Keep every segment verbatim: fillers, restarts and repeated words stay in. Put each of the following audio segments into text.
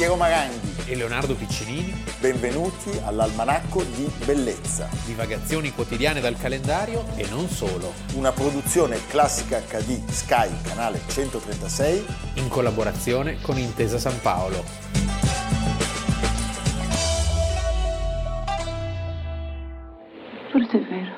Piero Maranghi e Leonardo Piccinini. Benvenuti all'Almanacco di Bellezza. Divagazioni quotidiane dal calendario e non solo. Una produzione Classica acca di Sky, canale centotrentasei, in collaborazione con Intesa San Paolo. Forse è vero.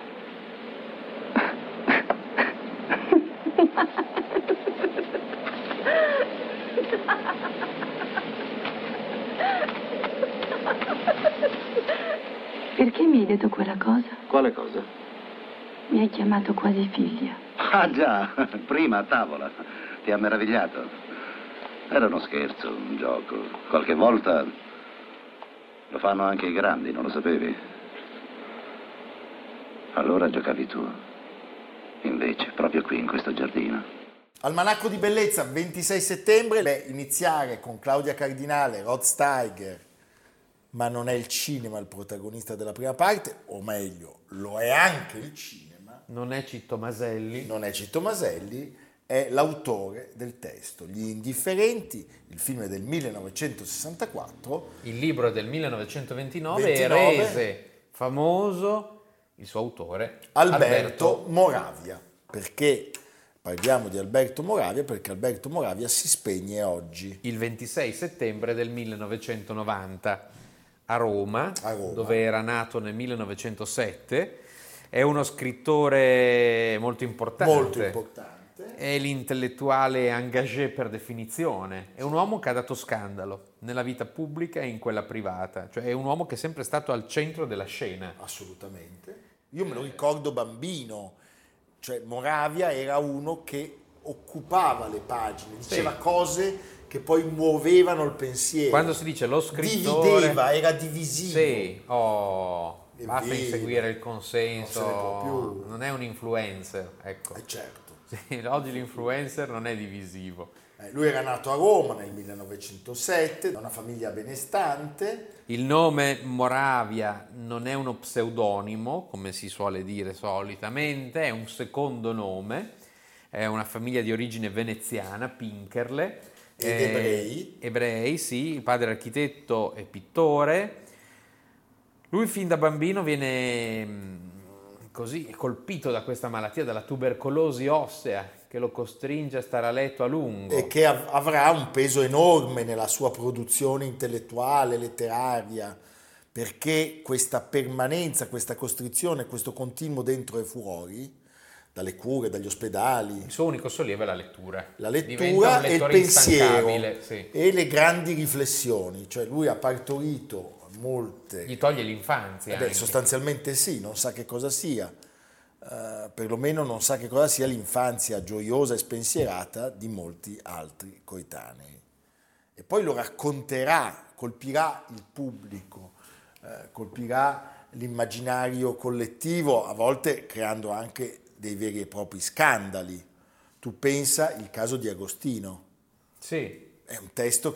Perché mi hai detto quella cosa? Quale cosa? Mi hai chiamato quasi figlia. Ah già, prima a tavola. Ti ha meravigliato. Era uno scherzo, un gioco. Qualche volta lo fanno anche i grandi, non lo sapevi? Allora giocavi tu. Invece, proprio qui, in questo giardino. Almanacco di Bellezza, ventisei settembre. Beh, iniziare con Claudia Cardinale, Rod Steiger, ma non è il cinema il protagonista della prima parte, o meglio, lo è anche il cinema. Non è Citto Maselli. Non è Citto Maselli, è l'autore del testo. Gli Indifferenti, il film è del millenovecentosessantaquattro. Il libro è del millenovecentoventinove ventinove, e rese famoso il suo autore, Alberto, Alberto Moravia. Perché parliamo di Alberto Moravia? Perché Alberto Moravia si spegne oggi. il ventisei settembre del millenovecentonovanta. A Roma, A Roma, dove era nato nel millenovecentosette, è uno scrittore molto importante. Molto importante. È l'intellettuale engagé per definizione. È un uomo che ha dato scandalo nella vita pubblica e in quella privata. Cioè è un uomo che è sempre stato al centro della scena. Assolutamente. Io me lo ricordo bambino. Cioè Moravia era uno che occupava le pagine, diceva Sì. cose che poi muovevano il pensiero. Quando si dice lo scrittore... Divideva, era divisivo. Sì, oh, È basta vero. inseguire il consenso, Non se ne può più. non è un influencer, ecco. Eh certo. Sì, oggi l'influencer non è divisivo. Eh, lui era nato a Roma nel millenovecentosette, da una famiglia benestante. Il nome Moravia non è uno pseudonimo, come si suole dire solitamente, è un secondo nome, è una famiglia di origine veneziana, Pinkerle. Ed eh, ebrei. Ebrei, sì, il padre è architetto e pittore. Lui fin da bambino viene mh, così colpito da questa malattia, dalla tubercolosi ossea, che lo costringe a stare a letto a lungo. E che av- avrà un peso enorme nella sua produzione intellettuale, letteraria, perché questa permanenza, questa costrizione, questo continuo dentro e fuori, dalle cure, dagli ospedali, Il suo unico sollievo è la lettura. la Diventa lettura un e il lettore pensiero instancabile, sì. e le grandi riflessioni. Cioè lui ha partorito molte... Gli toglie l'infanzia. Eh beh, anche. sostanzialmente sì, non sa che cosa sia. Uh, perlomeno non sa che cosa sia l'infanzia gioiosa e spensierata di molti altri coetanei. E poi lo racconterà, colpirà il pubblico, uh, colpirà l'immaginario collettivo, a volte creando anche dei veri e propri scandali. Tu pensa il caso di Agostino. Sì. È un testo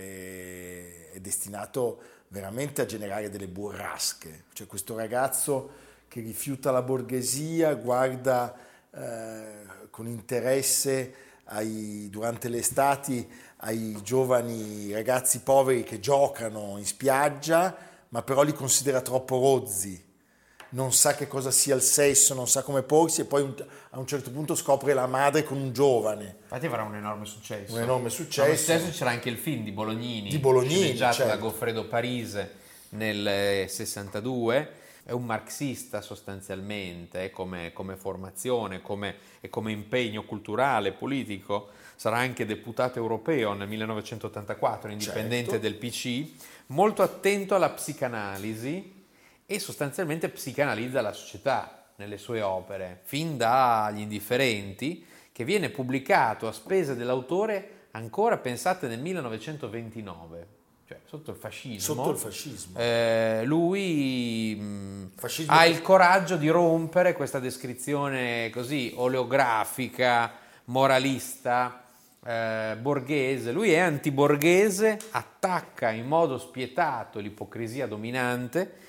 che è destinato veramente a generare delle burrasche. Cioè questo ragazzo che rifiuta la borghesia, guarda eh, con interesse ai, durante le estati ai giovani ragazzi poveri che giocano in spiaggia, ma però li considera troppo rozzi, non sa che cosa sia il sesso, non sa come porsi, e poi un, a un certo punto scopre la madre con un giovane. Infatti avrà un enorme successo. Un enorme successo. Un successo. C'era anche il film di Bolognini, Di Bolognini, sceneggiato certo. da Goffredo Parise nel sessantadue. È un marxista sostanzialmente, eh, come, come formazione come, e come impegno culturale, politico. Sarà anche deputato europeo nel millenovecentottantaquattro, indipendente Certo. del P C, molto attento alla psicanalisi e sostanzialmente psicanalizza la società nelle sue opere, fin dagli Indifferenti, che viene pubblicato a spese dell'autore ancora, pensate, nel millenovecentoventinove. Cioè, sotto il fascismo, Sotto il fascismo. eh, lui mh, Fascismo ha che- il coraggio di rompere questa descrizione così oleografica, moralista, eh, borghese. Lui è antiborghese, attacca in modo spietato l'ipocrisia dominante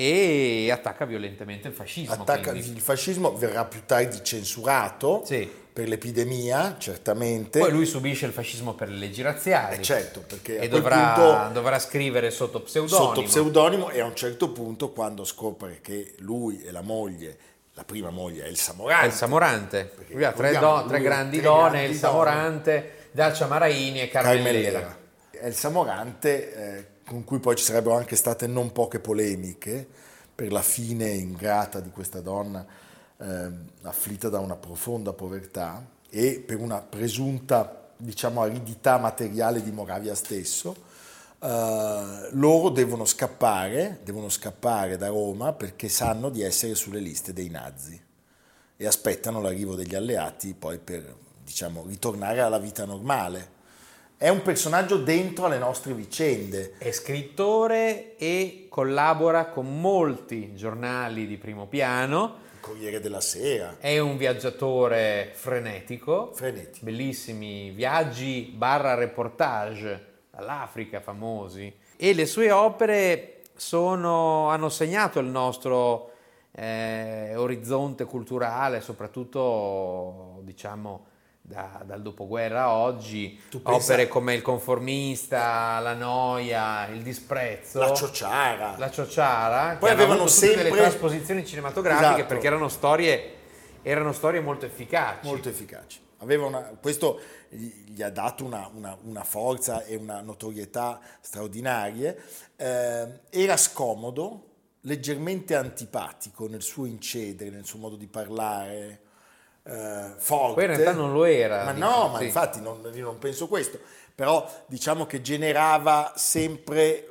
e attacca violentemente il fascismo. Attacca quindi. il fascismo, verrà più tardi censurato, Sì. per l'epidemia, certamente. Poi lui subisce il fascismo per le leggi razziali. Eh certo, perché e a quel dovrà, punto, dovrà scrivere sotto pseudonimo. Sotto pseudonimo, e a un certo punto, quando scopre che lui e la moglie, la prima moglie è il Samorante. È il Samorante. Lui ha tre, ricordiamo, do, tre lui grandi tre donne, grandi il Samorante, Dacia Maraini e Carmellera. Carmellera. È il Samorante, eh, con cui poi ci sarebbero anche state non poche polemiche per la fine ingrata di questa donna, eh, afflitta da una profonda povertà e per una presunta, diciamo, aridità materiale di Moravia stesso. Uh, loro devono scappare, devono scappare da Roma perché sanno di essere sulle liste dei nazi e aspettano l'arrivo degli alleati poi per, diciamo, ritornare alla vita normale. È un personaggio dentro alle nostre vicende. È scrittore e collabora con molti giornali di primo piano. Il Corriere della Sera. È un viaggiatore frenetico. Frenetico. Bellissimi viaggi barra reportage dall'Africa famosi. E le sue opere sono, hanno segnato il nostro eh, orizzonte culturale, soprattutto, diciamo, Da, dal dopoguerra a oggi. Opere come Il conformista, La noia, Il disprezzo, La ciociara. La ciociara, poi che avevano hanno avuto sempre tutte delle trasposizioni cinematografiche, esatto, perché erano storie, erano storie molto efficaci. Molto efficaci. Aveva una, questo gli ha dato una, una, una forza e una notorietà straordinarie. Eh, era scomodo, leggermente antipatico nel suo incedere, nel suo modo di parlare. Uh, forte. Poi in realtà non lo era. Ma dico, no, ma sì. infatti non, io non penso questo, però diciamo che generava sempre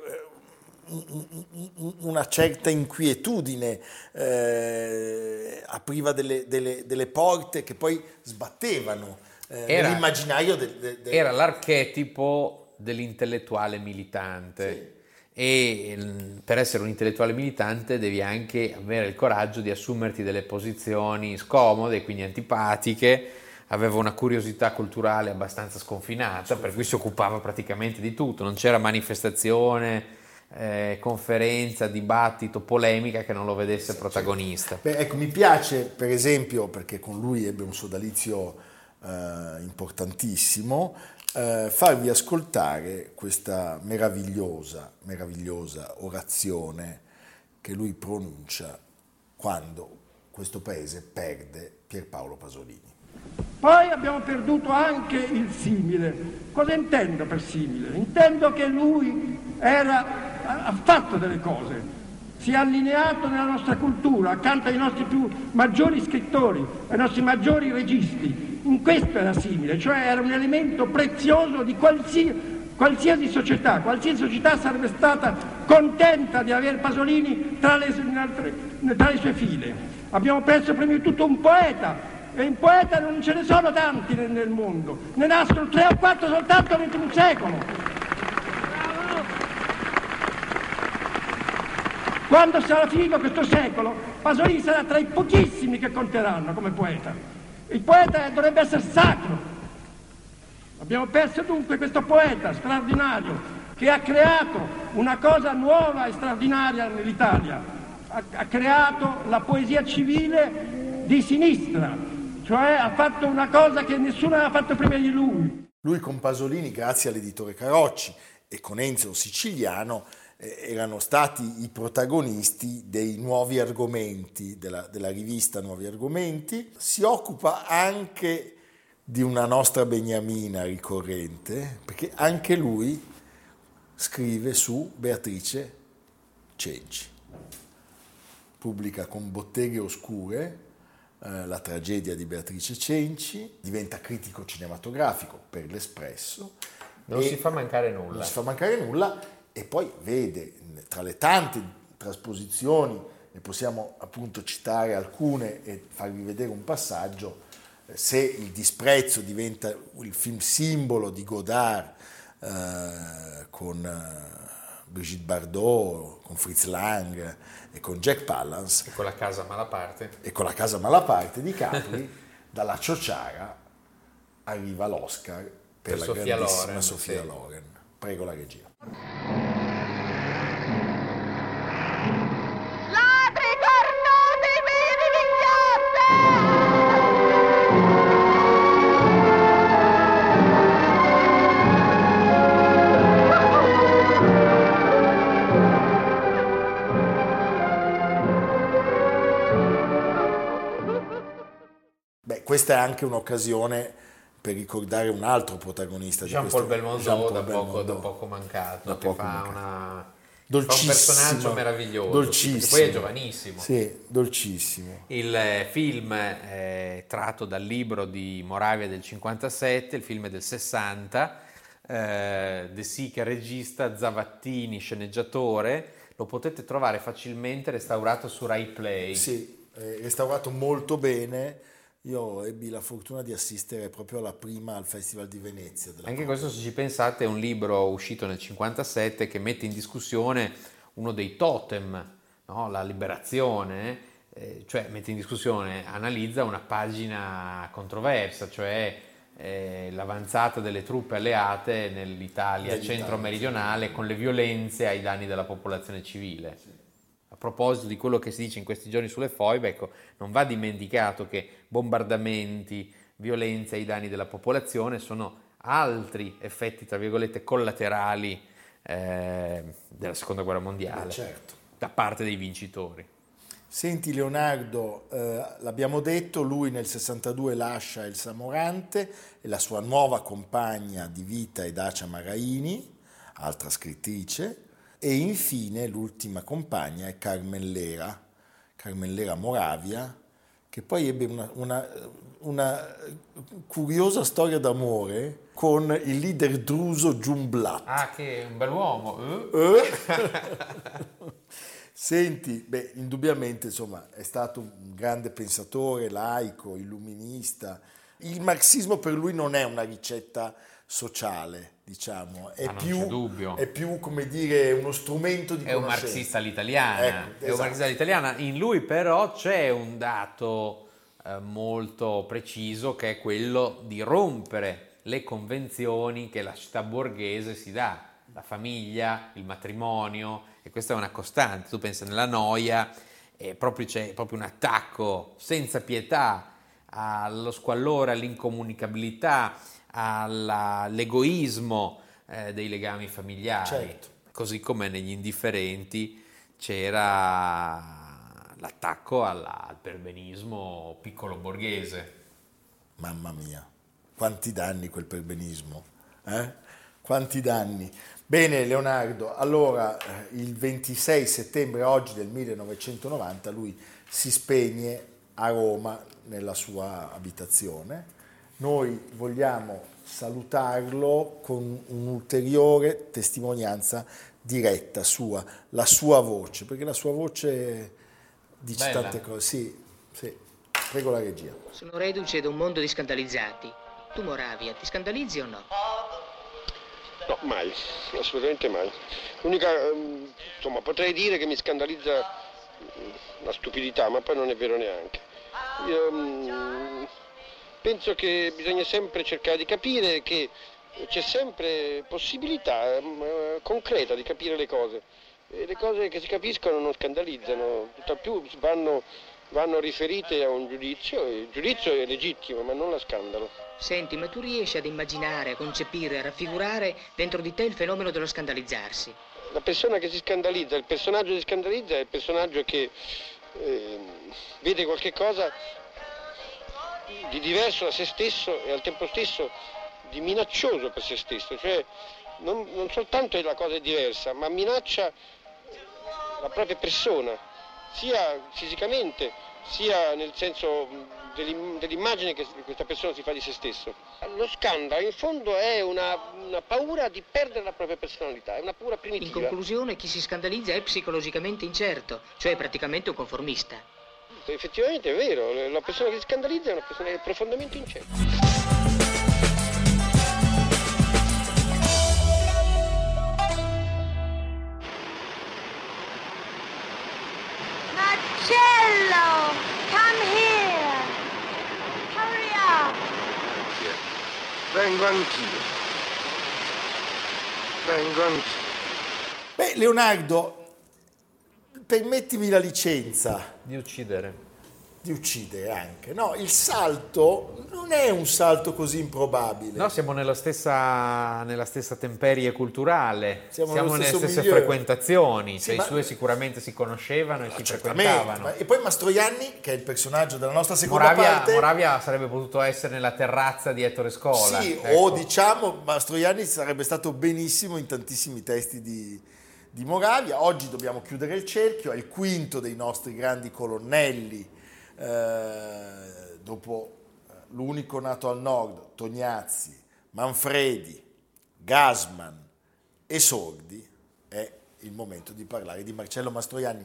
uh, una certa inquietudine, uh, apriva delle, delle, delle porte che poi sbattevano uh, era, nell'immaginario del, del, del... Era l'archetipo dell'intellettuale militante. Sì. E per essere un intellettuale militante devi anche avere il coraggio di assumerti delle posizioni scomode, quindi antipatiche. Aveva una curiosità culturale abbastanza sconfinata, per cui si occupava praticamente di tutto, non c'era manifestazione, eh, conferenza, dibattito, polemica che non lo vedesse protagonista. Beh, ecco, mi piace per esempio, perché con lui ebbe un sodalizio eh, importantissimo, Uh, farvi ascoltare questa meravigliosa, meravigliosa orazione che lui pronuncia quando questo paese perde Pierpaolo Pasolini. Poi abbiamo perduto anche il simile. Cosa intendo per simile? Intendo che lui era, ha fatto delle cose, si è allineato nella nostra cultura, accanto ai nostri più maggiori scrittori, ai nostri maggiori registi. In questo era simile, cioè era un elemento prezioso di qualsiasi, qualsiasi società. Qualsiasi società sarebbe stata contenta di avere Pasolini tra le, tra le sue file. Abbiamo perso prima di tutto un poeta, e in poeta non ce ne sono tanti nel, nel mondo. Ne nascono tre o quattro soltanto nel ventun secolo. Quando sarà finito questo secolo, Pasolini sarà tra i pochissimi che conteranno come poeta. Il poeta dovrebbe essere sacro. Abbiamo perso dunque questo poeta straordinario che ha creato una cosa nuova e straordinaria nell'Italia. Ha, ha creato la poesia civile di sinistra, cioè ha fatto una cosa che nessuno aveva fatto prima di lui. Lui con Pasolini, grazie all'editore Carocci, e con Enzo Siciliano, erano stati i protagonisti dei nuovi argomenti, della, della rivista Nuovi Argomenti. Si occupa anche di una nostra beniamina ricorrente, perché anche lui scrive su Beatrice Cenci. Pubblica con Botteghe Oscure eh, la tragedia di Beatrice Cenci, diventa critico cinematografico per l'Espresso. Non si fa mancare nulla. Non si fa mancare nulla. E poi vede, tra le tante trasposizioni, ne possiamo appunto citare alcune e farvi vedere un passaggio, se Il disprezzo diventa il film simbolo di Godard eh, con eh, Brigitte Bardot, con Fritz Lang e con Jack Palance. E con La casa malaparte. E con La casa malaparte di Capri, dalla ciociara arriva l'Oscar per, per la Sofia grandissima Loren, Sofia sì. Loren. Prego la regia. Ladri, cornuti, vini, vigliasse! Beh, questa è anche un'occasione per ricordare un altro protagonista di questo, Jean-Paul Belmondo, Jean-Paul da, Belmondo. poco, da poco mancato, Da che poco fa, mancato. una, Dolcissimo, fa un personaggio meraviglioso, dolcissimo. sì, poi è giovanissimo. Sì, dolcissimo. Il eh, film è tratto dal libro di Moravia del cinquantasette, il film è del sessanta, eh, De Sica regista, Zavattini sceneggiatore, lo potete trovare facilmente restaurato su Rai Play. Sì, è restaurato molto bene. Io ebbi la fortuna di assistere proprio alla prima al Festival di Venezia. della Anche Coppa. questo, se ci pensate, è un libro uscito nel cinquantasette che mette in discussione uno dei totem, no? La liberazione, eh, cioè mette in discussione, analizza una pagina controversa, cioè eh, l'avanzata delle truppe alleate nell'Italia Nell'Italia, centro-meridionale con le violenze ai danni della popolazione civile. Sì. A proposito di quello che si dice in questi giorni sulle foibe, ecco, non va dimenticato che bombardamenti, violenze ai danni della popolazione sono altri effetti, tra virgolette, collaterali eh, della seconda guerra mondiale, Beh, certo. da parte dei vincitori. Senti Leonardo, eh, l'abbiamo detto, lui nel sessantadue lascia il Samorante e la sua nuova compagna di vita è Dacia Maraini, altra scrittrice, e infine l'ultima compagna è Carmen Lera, Carmen Lera Moravia, che poi ebbe una, una, una curiosa storia d'amore con il leader druso Jumblat. Ah, che è un bell'uomo! Eh? Eh? Senti, beh, indubbiamente insomma è stato un grande pensatore, laico, illuminista. Il marxismo per lui non è una ricetta sociale, diciamo, è, Ma non più, c'è dubbio. è più, come dire, uno strumento di È un conoscenza. marxista all'italiana, Ecco, è un esatto. marxista all'italiana. In lui però c'è un dato eh, molto preciso, che è quello di rompere le convenzioni che la città borghese si dà, la famiglia, il matrimonio, e questa è una costante. Tu pensi nella Noia, e proprio c'è proprio un attacco senza pietà allo squallore, all'incomunicabilità, alla, all'egoismo eh, dei legami familiari. Certo. Così come negli Indifferenti c'era l'attacco alla, al perbenismo piccolo borghese. Mamma mia, quanti danni quel perbenismo, eh? Quanti danni. Bene Leonardo, allora il ventisei settembre oggi del millenovecentonovanta lui si spegne a Roma nella sua abitazione. Noi vogliamo salutarlo con un'ulteriore testimonianza diretta sua, la sua voce, perché la sua voce dice Bella. tante cose. Sì, sì. Prego la regia. Sono reduce da un mondo di scandalizzati. Tu, Moravia, ti scandalizzi o no? No, mai, assolutamente mai. L'unica, insomma, potrei dire che mi scandalizza la stupidità, ma poi non è vero neanche. Io mh, penso che bisogna sempre cercare di capire che c'è sempre possibilità mh, concreta di capire le cose. E le cose che si capiscono non scandalizzano, tutt'al più vanno, vanno riferite a un giudizio, e il giudizio è legittimo, ma non la scandalo. Senti, ma tu riesci ad immaginare, a concepire, a raffigurare dentro di te il fenomeno dello scandalizzarsi? La persona che si scandalizza, il personaggio che si scandalizza è il personaggio che eh, vede qualche cosa di diverso da se stesso e al tempo stesso di minaccioso per se stesso, cioè non, non soltanto la cosa è diversa, ma minaccia la propria persona, sia fisicamente, sia nel senso dell'immagine che questa persona si fa di se stesso. Lo scandalo in fondo è una, una paura di perdere la propria personalità, è una paura primitiva. In conclusione, chi si scandalizza è psicologicamente incerto, cioè praticamente un conformista. Effettivamente è vero, la persona che si scandalizza è una persona che è profondamente incerta. Marcello, come here. Hurry up. Vengo anch'io. Vengo anch'io. Beh, Leonardo, permettimi la licenza Di uccidere. di uccidere anche. No, il salto non è un salto così improbabile. No, siamo nella stessa, nella stessa temperie culturale, Siamo siamo, nello nelle stesso stesse milieu. frequentazioni, Sì, cioè ma- i suoi sicuramente si conoscevano e si Certamente, frequentavano. ma- e poi Mastroianni, che è il personaggio della nostra seconda Moravia, parte. Moravia sarebbe potuto essere nella terrazza di Ettore Scola. Sì, ecco. o diciamo Mastroianni sarebbe stato benissimo in tantissimi testi di, di Moravia. Oggi dobbiamo chiudere il cerchio, è il quinto dei nostri grandi colonnelli, eh, dopo l'unico nato al nord, Tognazzi, Manfredi, Gassman e Sordi. È il momento di parlare di Marcello Mastroianni.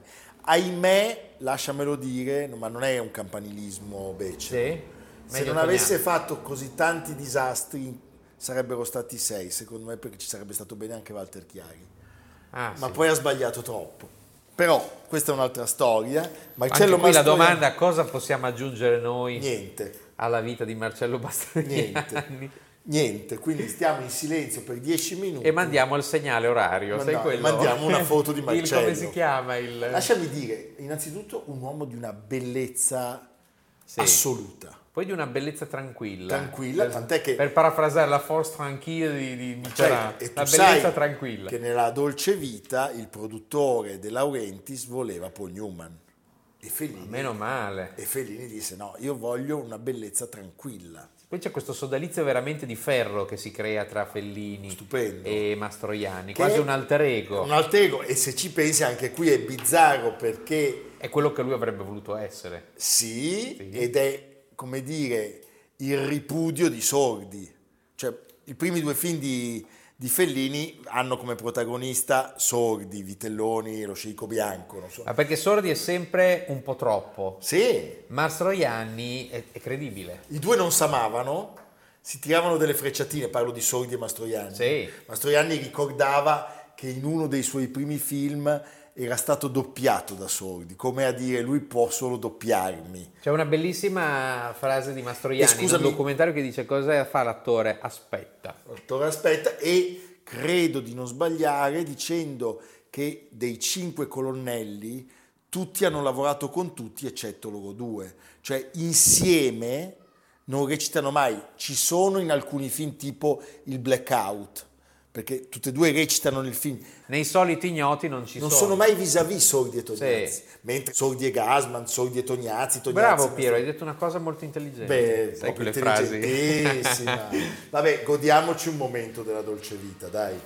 Ahimè, lasciamelo dire, ma non è un campanilismo becero. Sì, Se meglio non avesse Tognazzi. fatto così tanti disastri, sarebbero stati sei, secondo me, perché ci sarebbe stato bene anche Walter Chiari. Ah, Ma sì. poi ha sbagliato troppo. Però questa è un'altra storia. Anche Marcello qui la Mastroianni- domanda: cosa possiamo aggiungere noi Niente. alla vita di Marcello Mastroianni? Niente. Niente, quindi stiamo in silenzio per dieci minuti E mandiamo il segnale orario, Manda- sai quello? mandiamo una foto di Il, Marcello. come si chiama? Il... Lasciami dire, innanzitutto un uomo di una bellezza Sì. assoluta, Poi di una bellezza tranquilla. tranquilla, Per- tant'è che Per parafrasare la force tranquille di, di Mitterrand, cioè, e tu la bellezza sai tranquilla. che nella Dolce Vita il produttore De Laurentiis voleva Paul Newman e Fellini, Meno male. e Fellini disse no, io voglio una bellezza tranquilla. Poi c'è questo sodalizio veramente di ferro che si crea tra Fellini Stupendo. e Mastroianni, Che quasi è un alter ego. Un alter ego, e se ci pensi anche qui è bizzarro perché È quello che lui avrebbe voluto essere. sì, Sì. ed è, come dire, il ripudio di Sordi. Cioè, i primi due film di, di Fellini hanno come protagonista Sordi, Vitelloni, lo sceicco bianco, non so. Ma perché Sordi è sempre un po' troppo. Sì, Mastroianni è, è credibile. i due non s'amavano, si tiravano delle frecciatine, parlo di Sordi e Mastroianni. Sì. Mastroianni ricordava che in uno dei suoi primi film era stato doppiato da Sordi, come a dire lui può solo doppiarmi. C'è una bellissima frase di Mastroianni E scusami- in un documentario che dice: cosa fa l'attore? Aspetta. L'attore aspetta, e credo di non sbagliare dicendo che dei cinque colonnelli tutti hanno lavorato con tutti eccetto loro due, cioè insieme non recitano mai. Ci sono in alcuni film tipo il Blackout, perché tutte e due recitano nel film, Nei soliti ignoti non ci non sono. sono mai vis-à-vis Sordi e Tognazzi, Sì. mentre Sordi e Gassman, Sordi e Tognazzi, Tognazzi Bravo Piero, hai detto una cosa molto intelligente. Beh, Sai proprio quelle frasi. intelligentissima. Vabbè, godiamoci un momento della Dolce Vita, dai.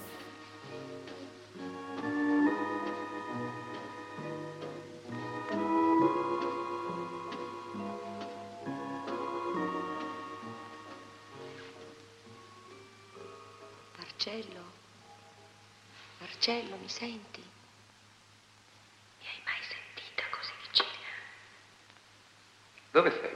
Marcello? Marcello, mi senti? Mi hai mai sentita così vicina? Dove sei?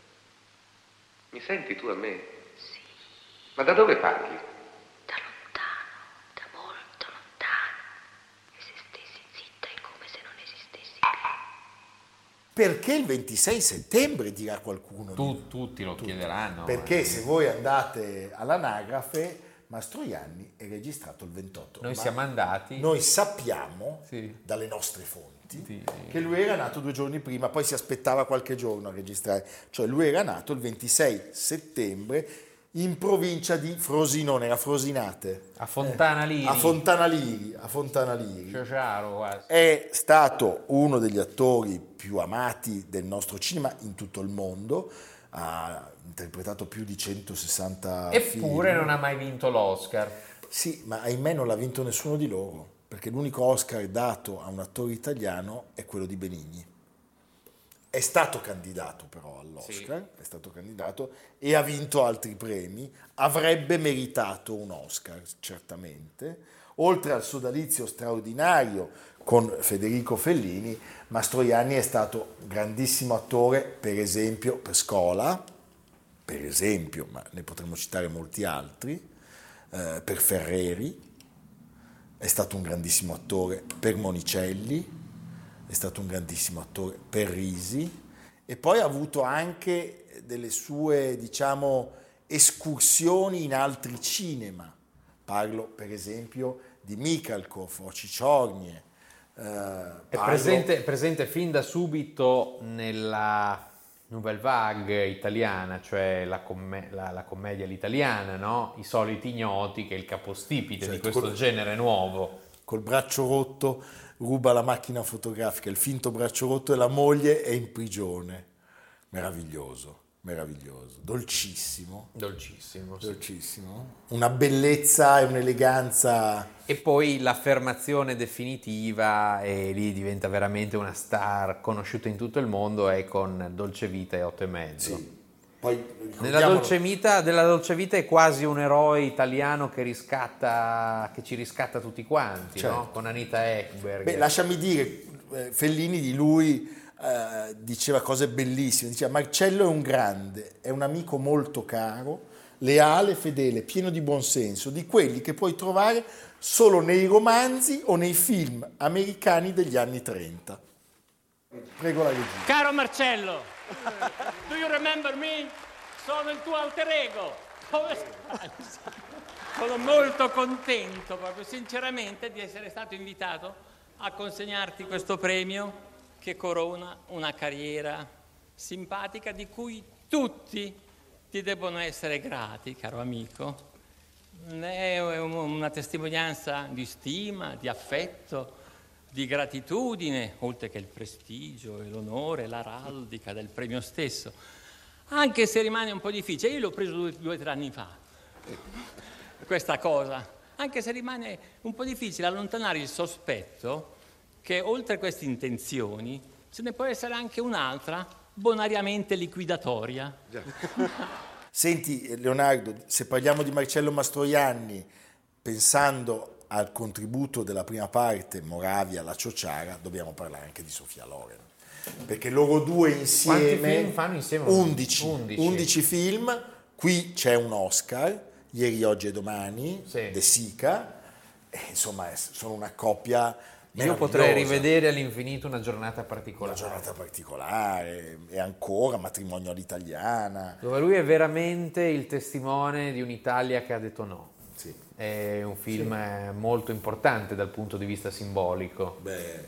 Mi senti tu a me? Sì, Ma da dove parli? da lontano, da molto lontano. E se stessi zitta è come se non esistessi più. Perché il ventisei settembre, dirà qualcuno. Tu- tutti lo chiederanno. Perché eh. se voi andate all'anagrafe, Mastroianni è registrato il ventotto. Noi Ma siamo andati. Noi sappiamo, Sì. dalle nostre fonti, Sì. che lui era nato due giorni prima, poi si aspettava qualche giorno a registrare. Cioè lui era nato il ventisei settembre in provincia di Frosinone, era Frosinate. A Fontana Liri. A Fontana Liri, a Fontana Liri. Ciociaro, quasi. È stato uno degli attori più amati del nostro cinema in tutto il mondo, ha interpretato più di centosessanta Eppure film. non ha mai vinto l'Oscar. Sì, ma ahimè non l'ha vinto nessuno di loro, perché l'unico Oscar dato a un attore italiano è quello di Benigni. È stato candidato però all'Oscar, è stato candidato e ha vinto altri premi, avrebbe meritato un Oscar certamente, oltre al sodalizio straordinario con Federico Fellini. Mastroianni è stato un grandissimo attore, per esempio per Scola, per esempio, ma ne potremmo citare molti altri, eh, per Ferreri, è stato un grandissimo attore per Monicelli, è stato un grandissimo attore per Risi, e poi ha avuto anche delle sue, diciamo, escursioni in altri cinema. Parlo per esempio di Mikhalkov o Cicciornie. Eh, È parlo- presente, è presente fin da subito nella Nouvelle Vague italiana, cioè la, comm- la, la commedia all'italiana, no? I soliti ignoti, che è il capostipite Certo, di questo col- genere nuovo. Col braccio rotto ruba la macchina fotografica, il finto braccio rotto, e la moglie è in prigione. Meraviglioso, meraviglioso, dolcissimo. Dolcissimo, sì. Dolcissimo. Una bellezza e un'eleganza. E poi l'affermazione definitiva, e lì diventa veramente una star conosciuta in tutto il mondo, è con Dolce Vita e otto e mezzo. Sì. Poi, Nella ricordiamolo- Dolce Vita, della Dolce Vita è quasi un eroe italiano che riscatta, che ci riscatta tutti quanti, Certo. no? Con Anita Ekberg. Beh, lasciami dire, eh, Fellini di lui eh, diceva cose bellissime, diceva: Marcello è un grande, è un amico molto caro, leale, fedele, pieno di buonsenso, di quelli che puoi trovare solo nei romanzi o nei film americani degli anni trenta. Prego la regia. Caro Marcello, do you remember me? Sono il tuo alter ego. Come stai? Sono molto contento, proprio sinceramente, di essere stato invitato a consegnarti questo premio che corona una carriera simpatica di cui tutti ti debbono essere grati, caro amico. È una testimonianza di stima, di affetto, di gratitudine, oltre che il prestigio e l'onore, l'araldica del premio stesso. Anche se rimane un po' difficile, io l'ho preso due o tre anni fa, questa cosa, anche se rimane un po' difficile allontanare il sospetto che oltre a queste intenzioni ce ne può essere anche un'altra bonariamente liquidatoria. Senti Leonardo, se parliamo di Marcello Mastroianni, pensando al contributo della prima parte, Moravia, La Ciociara, dobbiamo parlare anche di Sofia Loren, perché loro due insieme... Quanti film fanno insieme? undici, undici. undici film, qui c'è un Oscar, Ieri, Oggi e Domani, Sì. De Sica, e insomma è- sono una coppia Io potrei meravigliosa. rivedere all'infinito Una giornata particolare. Una giornata particolare, e ancora Matrimonio all'italiana. Dove lui è veramente il testimone di un'Italia che ha detto no. Sì. È un film eh, molto importante dal punto di vista simbolico. Beh.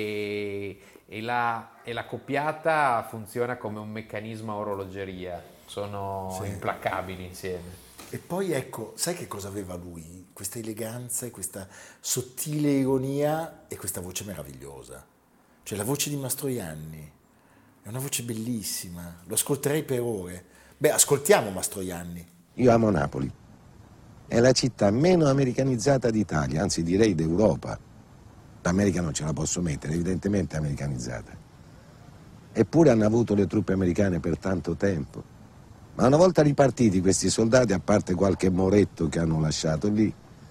E, e la, e la coppiata funziona come un meccanismo a orologeria. Sono Sì. implacabili insieme. E poi ecco, sai che cosa aveva lui? Questa eleganza e questa sottile ironia e questa voce meravigliosa. Cioè la voce di Mastroianni è una voce bellissima, lo ascolterei per ore. Beh, ascoltiamo Mastroianni. Io amo Napoli. È la città meno americanizzata d'Italia, anzi direi d'Europa. L'America non ce la posso mettere, evidentemente è americanizzata. Eppure hanno avuto le truppe americane per tanto tempo. Ma una volta ripartiti questi soldati, a parte qualche moretto che hanno lasciato lì,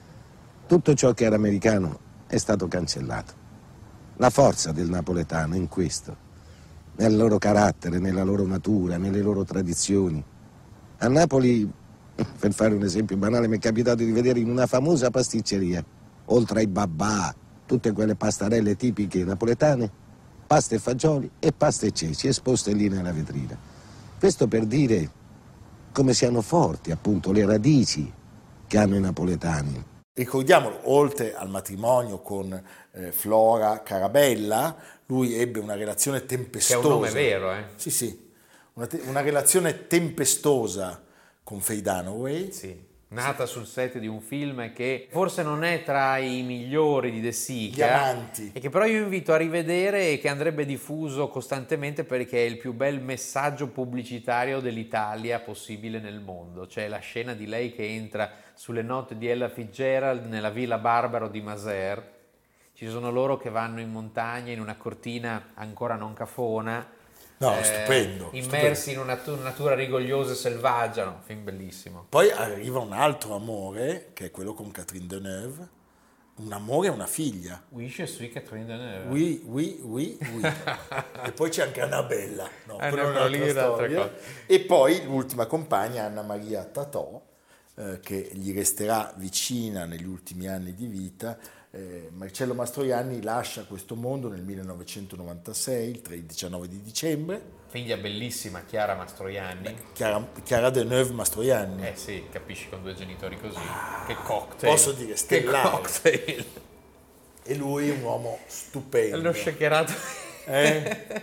tutto ciò che era americano è stato cancellato. La forza del napoletano è in questo, nel loro carattere, nella loro natura, nelle loro tradizioni. A Napoli, per fare un esempio banale, mi è capitato di vedere in una famosa pasticceria, oltre ai babà, tutte quelle pastarelle tipiche napoletane, pasta e fagioli e pasta e ceci esposte lì nella vetrina. Questo per dire come siano forti appunto le radici che hanno i napoletani. Ricordiamolo, oltre al matrimonio con eh, Flora Carabella, lui ebbe una relazione tempestosa. Che è un nome vero, eh? Sì, sì, una, te- una relazione tempestosa con Faye Dunaway. Sì. Nata sul set di un film che forse non è tra i migliori di De Sica, Diamanti. e che però io invito a rivedere e che andrebbe diffuso costantemente perché è il più bel messaggio pubblicitario dell'Italia possibile nel mondo. C'è la scena di lei che entra sulle note di Ella Fitzgerald nella Villa Barbaro di Maser. Ci sono loro che vanno in montagna in una cortina ancora non cafona, No, eh, stupendo. immersi stupendo. in una tu- natura rigogliosa e selvaggia, no? Film bellissimo. Poi arriva un altro amore, che è quello con Catherine Deneuve, un amore e una figlia. Oui, je suis Catherine Deneuve. Oui, oui, oui, oui. E poi c'è anche Annabella, no, Eh, quella no, è un'altra lì è un'altra storia. cosa. E poi l'ultima compagna, Anna Maria Tatò, eh, che gli resterà vicina negli ultimi anni di vita. Eh, Marcello Mastroianni lascia questo mondo nel millenovecentonovantasei, il tre- diciannove di dicembre. Figlia bellissima, Chiara Mastroianni. Chiara, Chiara Deneuve Mastroianni. Eh sì, capisci, con due genitori così. Che cocktail. Posso dire Che stellare. cocktail. E lui è un uomo stupendo. Lo shakerato. Eh?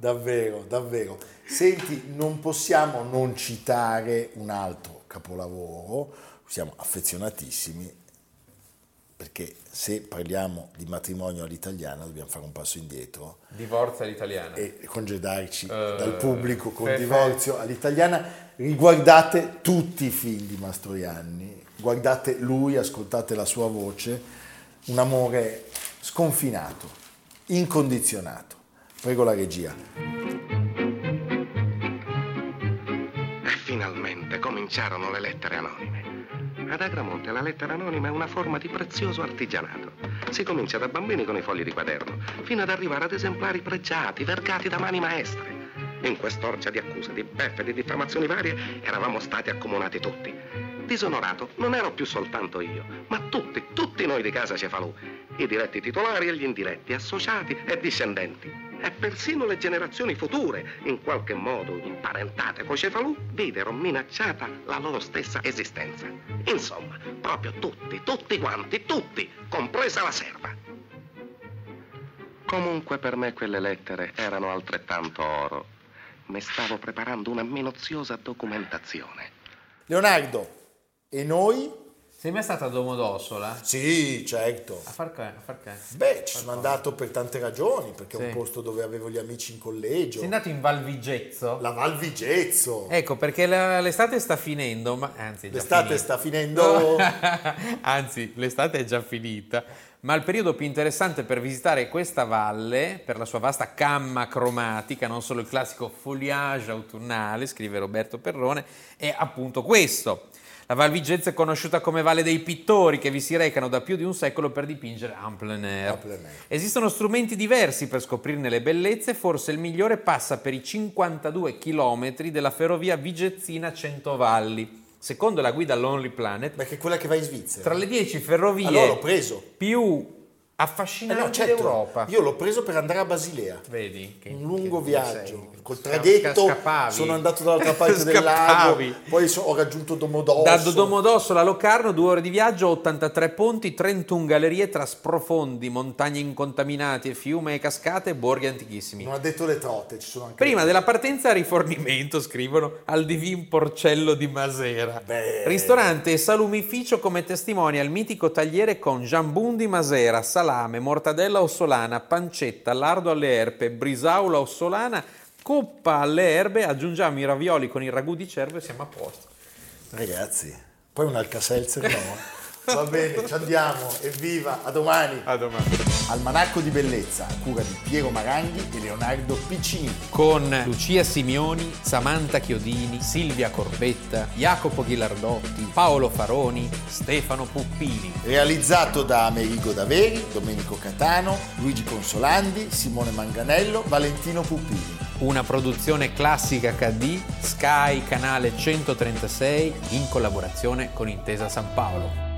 davvero, davvero. Senti, non possiamo non citare un altro capolavoro, siamo affezionatissimi, perché se parliamo di matrimonio all'italiana dobbiamo fare un passo indietro. Divorzio all'italiana. E congedarci uh, dal pubblico con fe, Divorzio all'italiana. Riguardate tutti i film di Mastroianni, guardate lui, ascoltate la sua voce, un amore sconfinato, incondizionato. Prego la regia. E finalmente cominciarono le lettere anonime. Ad Agramonte la lettera anonima è una forma di prezioso artigianato. Si comincia da bambini con i fogli di quaderno, fino ad arrivare ad esemplari pregiati, vergati da mani maestre. In quest'orgia di accuse, di beffe, di diffamazioni varie, eravamo stati accomunati tutti. Disonorato non ero più soltanto io, ma tutti, tutti noi di casa Cefalù, i diretti titolari e gli indiretti, associati e discendenti. E persino le generazioni future, in qualche modo imparentate con Cefalù, videro minacciata la loro stessa esistenza. Insomma, proprio tutti, tutti quanti, tutti, compresa la serva. Comunque per me quelle lettere erano altrettanto oro. Mi stavo preparando una minuziosa documentazione. Leonardo, e noi? Sei mai stato a Domodossola? Sì, certo. A far che? A far che? Beh, ci sono andato per tante ragioni, perché sì. è un posto dove avevo gli amici in collegio. Sei andato in Val Vigezzo? La Val Vigezzo. Ecco, perché la, l'estate sta finendo, ma anzi è già L'estate finita. sta finendo. Anzi, l'estate è già finita. Ma il periodo più interessante per visitare questa valle, per la sua vasta gamma cromatica, non solo il classico foliage autunnale, scrive Roberto Perrone, è appunto questo. La Val Vigezzo è conosciuta come Valle dei Pittori, che vi si recano da più di un secolo per dipingere en plein air. En plein air. Esistono strumenti diversi per scoprirne le bellezze, forse il migliore passa per i cinquantadue chilometri della ferrovia vigezzina Centovalli. Secondo la guida Lonely Planet, perché è quella che va in Svizzera. Tra le dieci ferrovie allora l'ho preso. più affascinanti eh no, certo. d'Europa. Io l'ho preso per andare a Basilea. Vedi? Che, un lungo che viaggio. sei. Col traghetto Scappavi. sono andato dall'altra parte del lago, poi so, ho raggiunto Domodossola. Da Domodossola a Locarno, due ore di viaggio, ottantatré ponti, trentuno gallerie tra sprofondi, montagne incontaminate, e fiume e cascate e borghi antichissimi. Non ha detto le trote, ci sono anche Prima le... della partenza rifornimento, scrivono, al Divin Porcello di Masera. Beh. Ristorante e salumificio come testimonia il mitico tagliere con jambon di Masera, salame, mortadella ossolana, pancetta, lardo alle erpe, brisaula ossolana, coppa alle erbe, aggiungiamo i ravioli con il ragù di cervo e siamo a posto. Ragazzi, poi un Alka-Seltzer no? Va bene, ci andiamo, evviva, a domani. A domani. Almanacco di bellezza, a cura di Piero Maranghi e Leonardo Piccini. Con Lucia Simioni, Samantha Chiodini, Silvia Corbetta, Jacopo Ghilardotti, Paolo Faroni, Stefano Puppini. Realizzato da Amerigo Daveri, Domenico Catano, Luigi Consolandi, Simone Manganello, Valentino Puppini. Una produzione Classica acca di, Sky, canale centotrentasei, in collaborazione con Intesa San Paolo.